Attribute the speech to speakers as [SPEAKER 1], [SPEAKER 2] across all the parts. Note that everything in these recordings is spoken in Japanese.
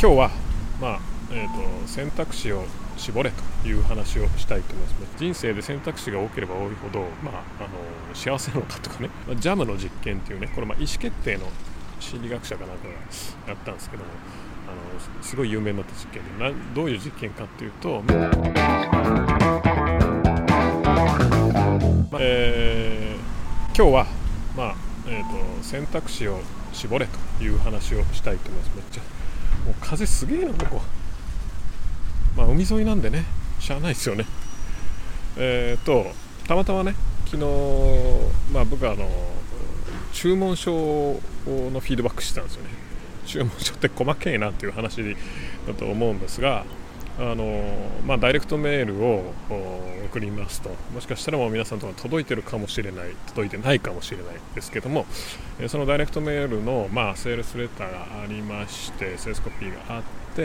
[SPEAKER 1] 今日は、まあ選択肢を絞れという話をしたいと思います。人生で選択肢が多ければ多いほど、幸せなのかとかね、ジャムの実験っていうね、これ意思決定の心理学者かなんかがやったんですけども、すごい有名になった実験で、どういう実験かっていうと、今日は、選択肢を絞れという話をしたいと思います。めっちゃもう風すげえなここ。海沿いなんでね、しゃあないですよね。たまたまね、昨日、僕は注文書のフィードバックしてたんですよね。注文書って細けえなっていう話だと思うんですが、ダイレクトメールを送りますと、もしかしたらもう皆さんとか届いてるかもしれない、届いてないかもしれないですけども、そのダイレクトメールの、セールスレターがありまして、セールスコピーがあって、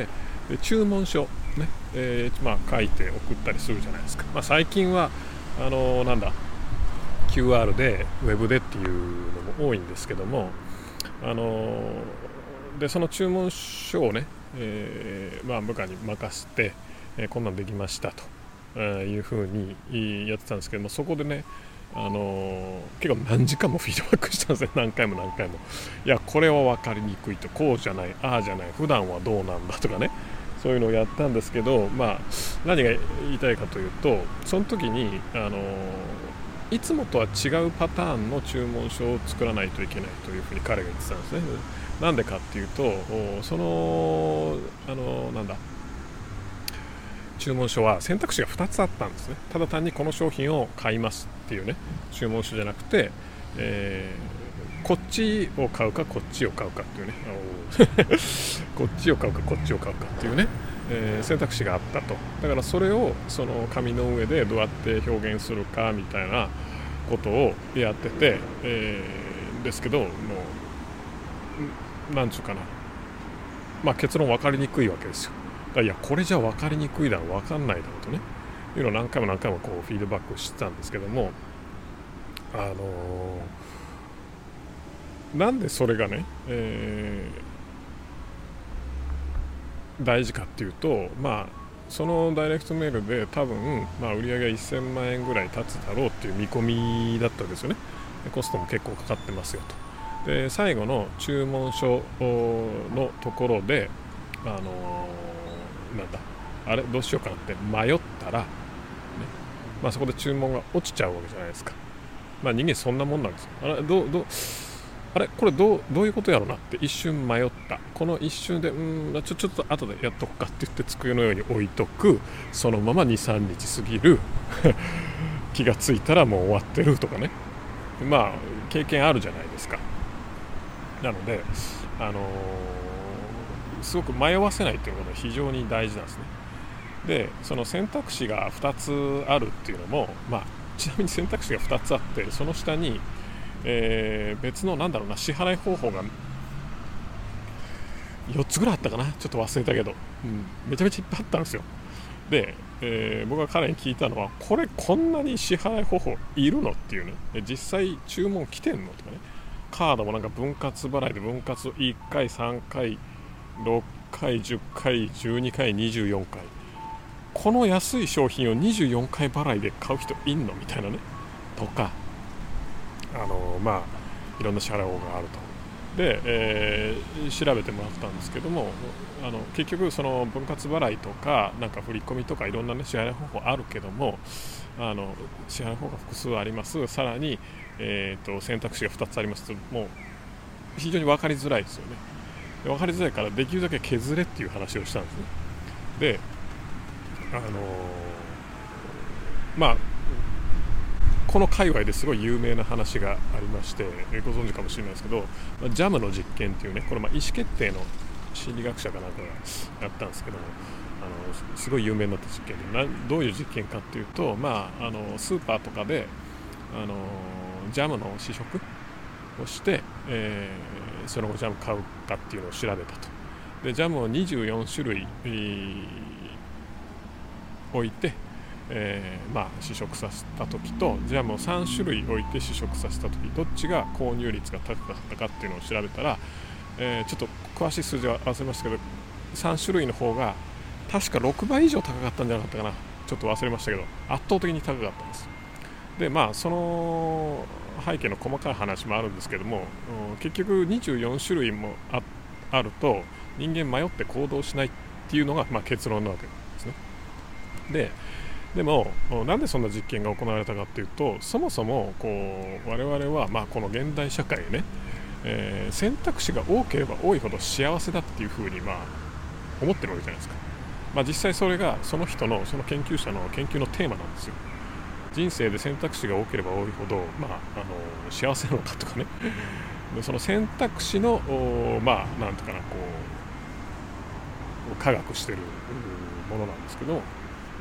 [SPEAKER 1] で注文書ね、書いて送ったりするじゃないですか。最近はQR でウェブでっていうのも多いんですけども、でその注文書をね、部下に任せて、こんなんできましたというふうにやってたんですけども、そこでね、結構何時間もフィードバックしたんですね。何回もいやこれは分かりにくいと、こうじゃない、ああじゃない、普段はどうなんだとかね、そういうのをやったんですけど、何が言いたいかというと、その時にいつもとは違うパターンの注文書を作らないといけないというふうに彼が言ってたんですね。なんでかっていうと、注文書は選択肢が2つあったんですね。ただ単にこの商品を買いますっていうね、注文書じゃなくて、こっちを買うかこっちを買うかっていうねこっちを買うかこっちを買うかっていうね、選択肢があったと。だからそれをその紙の上でどうやって表現するかみたいなことをやってて、ですけど、もうなんちゅうかな、結論分かりにくいわけですよ。だからいやこれじゃ分かりにくいだろう、分かんないだろうとねいうのを何回もこうフィードバックしてたんですけども、なんでそれがね、大事かっていうと、そのダイレクトメールで多分、売り上げが1000万円ぐらい経つだろうっていう見込みだったんですよね。でコストも結構かかってますよと。で最後の注文書のところであれどうしようかなって迷ったら、ねそこで注文が落ちちゃうわけじゃないですか。人間そんなもんなんですよ。これどういうことやろうなって一瞬迷った、この一瞬でちょっと後でやっとくかって言って机の上に置いとく、そのまま 2,3 日過ぎる気がついたらもう終わってるとかね、経験あるじゃないですか。なのですごく迷わせないということが非常に大事なんですね。でその選択肢が2つあるっていうのも、ちなみに選択肢が2つあって、その下に別の支払い方法が4つぐらいあったかな、ちょっと忘れたけど、めちゃめちゃいっぱいあったんですよ。で、僕が彼に聞いたのは、こんなに支払い方法いるのっていうね、実際注文来てんのとかね、カードも分割払いで分割1回3回6回10回12回24回、この安い商品を24回払いで買う人いんのみたいなね、とかいろんな支払い方法があると。で、調べてもらったんですけども、結局その分割払いとか振り込みとかいろんな、支払い方法あるけども、支払い方法が複数あります。さらに、選択肢が2つありますと、もう非常に分かりづらいですよね。分かりづらいからできるだけ削れっていう話をしたんですね。でこの界隈ですごい有名な話がありまして、ご存知かもしれないですけど、ジャムの実験っていうね、これ意思決定の心理学者かなんかがやったんですけども、すごい有名になった実験で、どういう実験かっていうと、スーパーとかでジャムの試食をして、その後ジャム買うかっていうのを調べたと。でジャムを24種類、置いて、試食させた時と、ジャムを3種類置いて試食させた時、どっちが購入率が高かったかっていうのを調べたら、ちょっと詳しい数字は忘れましたけど、 3種類の方が確か6倍以上高かったんじゃなかったかな、ちょっと忘れましたけど圧倒的に高かったんです。でその背景の細かい話もあるんですけども、結局24種類も あると人間迷って行動しないっていうのが、結論なわけですね。でもなんでそんな実験が行われたかっていうと、そもそも我々は、この現代社会ね、選択肢が多ければ多いほど幸せだっていうふうに思ってるわけじゃないですか。実際それがその人のその研究者の研究のテーマなんですよ。人生で選択肢が多ければ多いほど、幸せなのかとかねでその選択肢のなんとかな科学してるものなんですけど、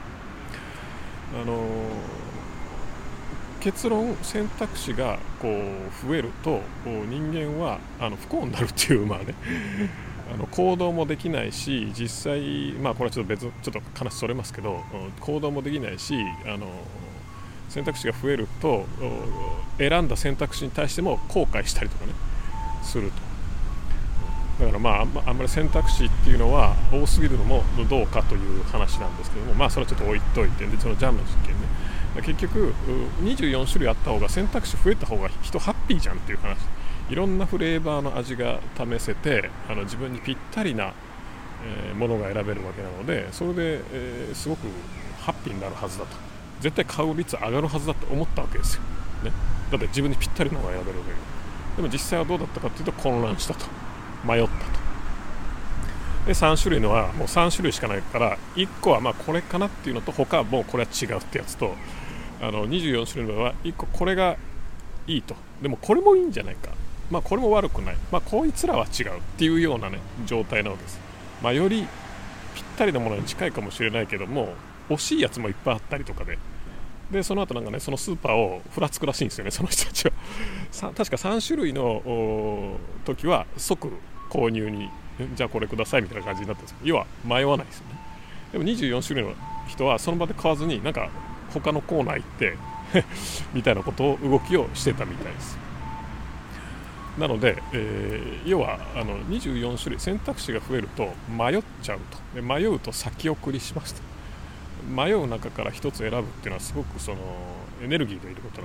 [SPEAKER 1] 結論選択肢が増えると人間は不幸になるっていう行動もできないし、実際これはちょっと話それますけど、行動もできないし選択肢が増えると選んだ選択肢に対しても後悔したりとかねすると。だからあんまり選択肢っていうのは多すぎるのもどうかという話なんですけども、それはちょっと置いといて、でそのジャンの実験ね、結局24種類あった方が選択肢増えた方が人ハッピーじゃんっていう話。いろんなフレーバーの味が試せて自分にぴったりなものが選べるわけなので、それで、すごくハッピーになるはずだと、絶対買う率上がるはずだと思ったわけですよ、ね、だって自分にぴったりのが選べるわけでも実際はどうだったかというと混乱したと、迷ったと。で3種類のはもう3種類しかないから、1個はこれかなっていうのと、他はもうこれは違うってやつと、24種類のは1個これがいいと、でもこれもいいんじゃないか、これも悪くない、こいつらは違うっていうような状態なわけです。よりぴったりなものに近いかもしれないけども、惜しいやつもいっぱいあったりとかでその後そのスーパーをふらつくらしいんですよね、その人たちは。確か3種類の時は即購入に、じゃあこれくださいみたいな感じになってるんですけど、要は迷わないですよね。でも24種類の人はその場で買わずに他のコーナー行ってみたいな動きをしてたみたいです。なので、要は24種類選択肢が増えると迷っちゃうと。で迷うと先送りしますと。迷う中から一つ選ぶっていうのはすごくそのエネルギーがいることな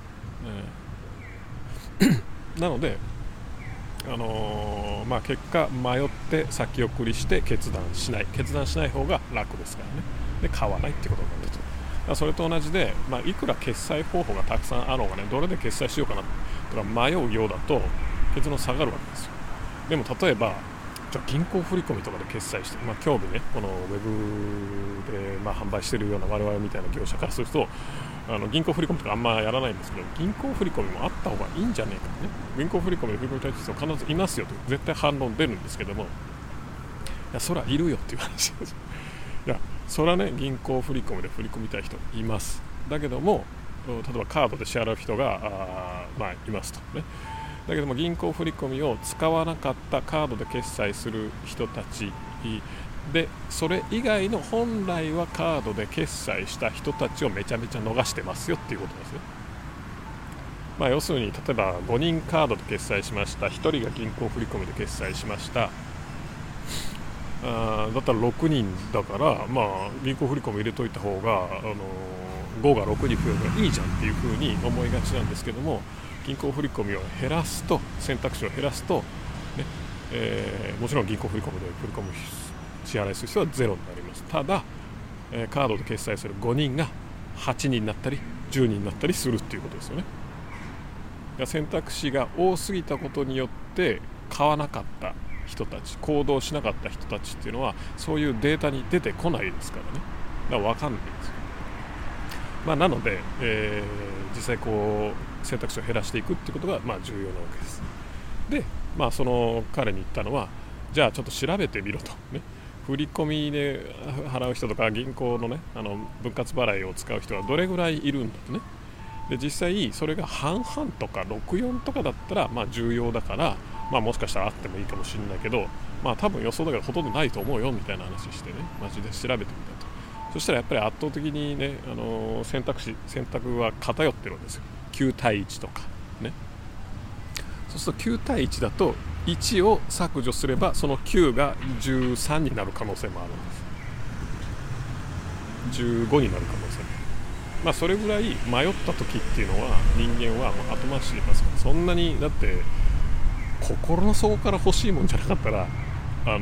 [SPEAKER 1] ので、ねなので、結果迷って先送りして決断しない方が楽ですからね。で買わないってことになると。それと同じで、いくら決済方法がたくさんあろうがね、どれで決済しようかなとか迷うようだと結論下がるわけですよ。でも例えばじゃあ銀行振込とかで決済して、今日ねこのウェブで販売しているような我々みたいな業者からすると銀行振込とかあんまやらないんですけど、銀行振込もあった方がいいんじゃねえかね。銀行振込で振り込みたい人は必ずいますよと絶対反論出るんですけども、いやそらいるよっていう話です。いやそれはね、銀行振込で振り込みたい人います。だけども例えばカードで支払う人がいますとね。だけども銀行振込を使わなかったカードで決済する人たちで、それ以外の本来はカードで決済した人たちをめちゃめちゃ逃してますよっていうことですね。要するに例えば5人カードで決済しました、1人が銀行振込で決済しました、だったら6人だから、銀行振込入れといた方が5が6に増えるからいいじゃんっていうふうに思いがちなんですけども、銀行振込を減らすと、選択肢を減らすと、もちろん銀行振込で振り込む支払いする人はゼロになります。ただ、カードで決済する5人が8人になったり10人になったりするっていうことですよね。選択肢が多すぎたことによって買わなかった人たち、行動しなかった人たちっていうのはそういうデータに出てこないですからね。だから分かんないんですよ。なので、実際選択肢を減らしていくっていうことが重要なわけです。で、その彼に言ったのは、じゃあちょっと調べてみろとね。振り込みで払う人とか銀行のね分割払いを使う人はどれぐらいいるんだとね。で実際それが半々とか64とかだったら重要だから、もしかしたらあってもいいかもしれないけど、多分予想だけどほとんどないと思うよみたいな話してね、マジで調べてみたと。そしたらやっぱり圧倒的にね選択は偏ってるんですよ。9対1とかね。そうすると9対1だと 1を削除すればその9が13になる可能性もあるんです。15になる可能性も、それぐらい迷った時っていうのは人間は後回ししますから、そんなにだって心の底から欲しいもんじゃなかったらなんとか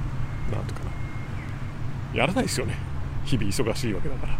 [SPEAKER 1] なやらないですよね。日々忙しいわけだから、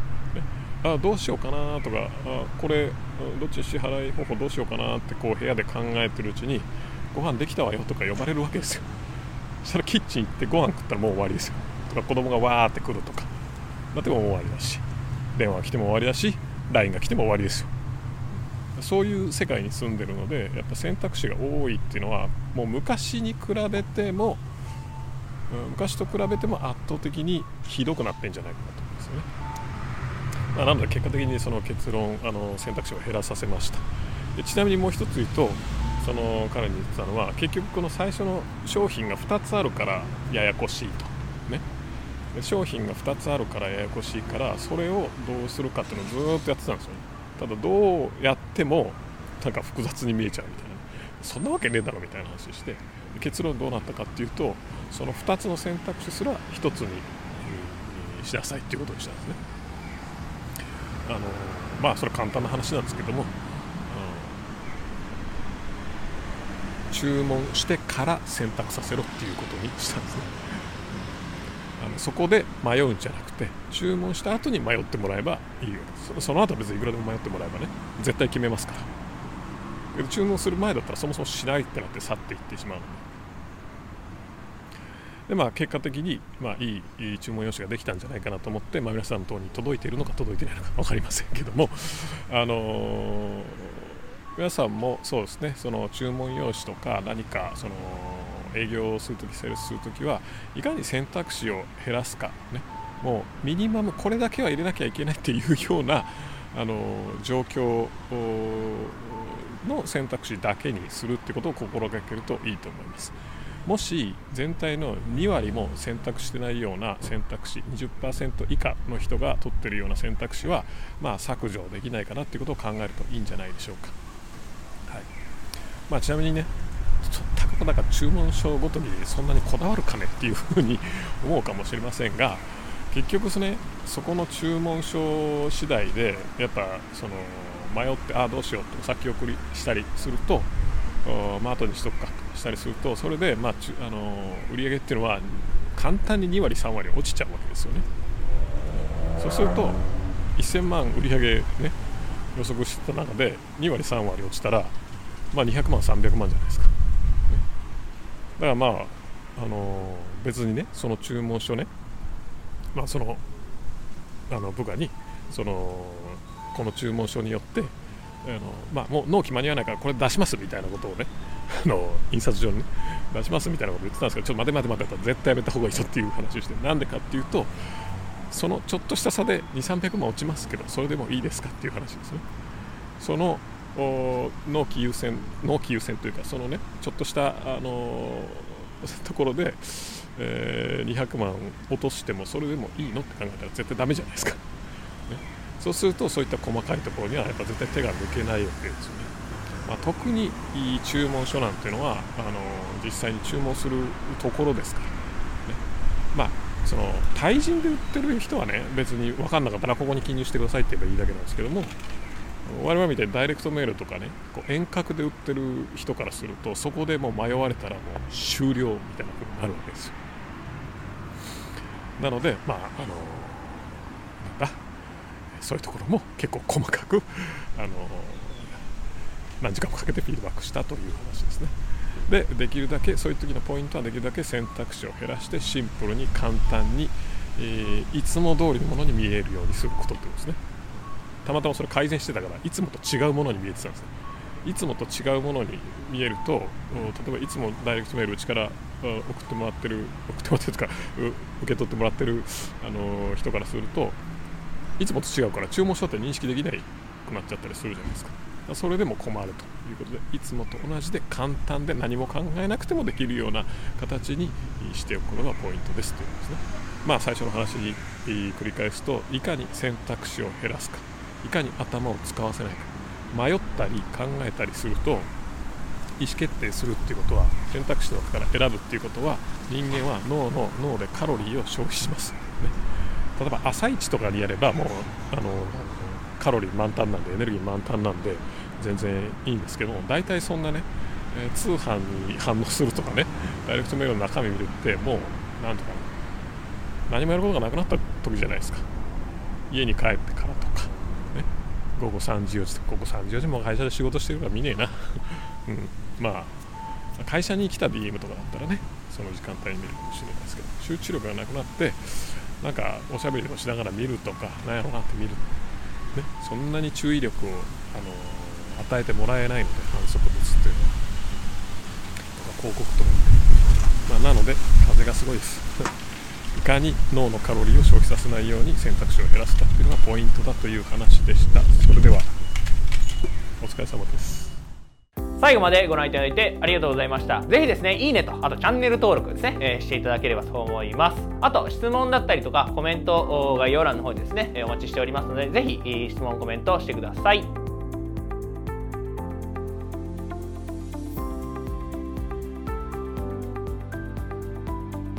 [SPEAKER 1] ね、どうしようかなとか、これどっち支払い方法どうしようかなってこう部屋で考えてるうちにご飯できたわよとか呼ばれるわけですよ。そしたらキッチン行ってご飯食ったらもう終わりですよとか、子供がわーって来るとかなっても終わりだし、電話が来ても終わりだし、 LINE が来ても終わりですよ。そういう世界に住んでるので、やっぱ選択肢が多いっていうのはもう昔と比べても圧倒的にひどくなってんじゃないかなと思うんですよね。なので結果的にその結論選択肢を減らさせました。でちなみにもう一つ言うと、その彼に言ってたのは、結局この最初の商品が2つあるからややこしいとね。で商品が2つあるからややこしいから、それをどうするかっていうのをずっとやってたんですよね。ただどうやってもなんか複雑に見えちゃうみたいな、そんなわけねえだろみたいな話して、結論どうなったかっていうと、その2つの選択肢すら1つにしなさいっていうことにしたんですね。それ簡単な話なんですけども、注文してから選択させろっていうことにしたんですね。そこで迷うんじゃなくて、注文した後に迷ってもらえばいいよ。その後は別にいくらでも迷ってもらえばね、絶対決めますから。注文する前だったらそもそもしないってなって去っていってしまうので、結果的に、いい注文用紙ができたんじゃないかなと思って、皆さんのところに届いているのか届いていないのか分かりませんけども、皆さんもそうですね、その注文用紙とか何かその営業をするとき、セールスするときはいかに選択肢を減らすかね、もうミニマムこれだけは入れなきゃいけないっていうような状況の選択肢だけにするってことを心がけるといいと思います。もし全体の2割も選択してないような選択肢、 20% 以下の人が取ってるような選択肢は削除できないかなっていうことを考えるといいんじゃないでしょうか。ちなみにね、たかだか注文書ごとにそんなにこだわるかねっていうふうに思うかもしれませんが、結局ですね、そこの注文書次第でやっぱその迷ってどうしようと先送りしたりすると、後にしとくかしたりすると、それで売上っていうのは簡単に2割3割落ちちゃうわけですよね。そうすると1000万売上ね予測してた中で2割3割落ちたら200万300万じゃないですか。だから別にね、その注文書ね、その部下にこの注文書によってもう納期間に合わないからこれ出しますみたいなことをね印刷所にね出しますみたいなことを言ってたんですけど、ちょっと待て絶対やめた方がいいぞっていう話をして、なんでかっていうと、そのちょっとした差で2、300万落ちますけどそれでもいいですかっていう話ですね。その納期優先というか、そのねちょっとしたところで、200万落としてもそれでもいいのって考えたら絶対ダメじゃないですか、ね、そうするとそういった細かいところにはやっぱ絶対手が抜けないわけですよね。特に注文書なんていうのは実際に注文するところですからね。その対人で売ってる人はね別に分かんなかったらここに記入してくださいって言えばいいだけなんですけども、我々みたいにダイレクトメールとかね遠隔で売ってる人からすると、そこでもう迷われたらもう終了みたいなことになるわけですよ。なのでそういうところも結構細かく何時間もかけてフィードバックしたという話ですね。できるだけそういう時のポイントはできるだけ選択肢を減らしてシンプルに簡単に、いつも通りのものに見えるようにすることってことですね。たまたまそれ改善してたからいつもと違うものに見えてたんですね。いつもと違うものに見えると、例えばいつもダイレクトメールうちから送ってもらってるとか受け取ってもらってる、人からするといつもと違うから注文書って認識できないくなっちゃったりするじゃないですか。それでも困るということで、いつもと同じで簡単で何も考えなくてもできるような形にしておくのがポイントですということですね。最初の話に繰り返すと、いかに選択肢を減らすか、いかに頭を使わせないか、迷ったり考えたりすると意思決定するっていうことは、選択肢の中から選ぶっていうことは、人間は脳でカロリーを消費します、ね、例えば朝一とかにやればもうカロリー満タンなんで、エネルギー満タンなんで全然いいんですけども、大体そんなね、通販に反応するとかね、ダイレクトメールの中身見るってもうなんとか何もやることがなくなった時じゃないですか。家に帰ってからとか、ね、午後3時4時とか、午後3時4時も会社で仕事してるから見ねえな、まあ会社に来た DM とかだったらね、その時間帯に見るかもしれないですけど、集中力がなくなってなんかおしゃべりをしながら見るとか、なんやろうなって見る、ね、そんなに注意力を与えてもらえないので、反則物っていうのは広告とか、なので風がすごいですいかに脳のカロリーを消費させないように選択肢を減らすかっていうのがポイントだという話でした。それではお疲れ様です。
[SPEAKER 2] 最後までご覧いただいてありがとうございました。ぜひですね、いいねと、あとチャンネル登録ですね、していただければと思います。あと質問だったりとかコメント概要欄の方にですね、お待ちしておりますので、ぜひ質問コメントしてください。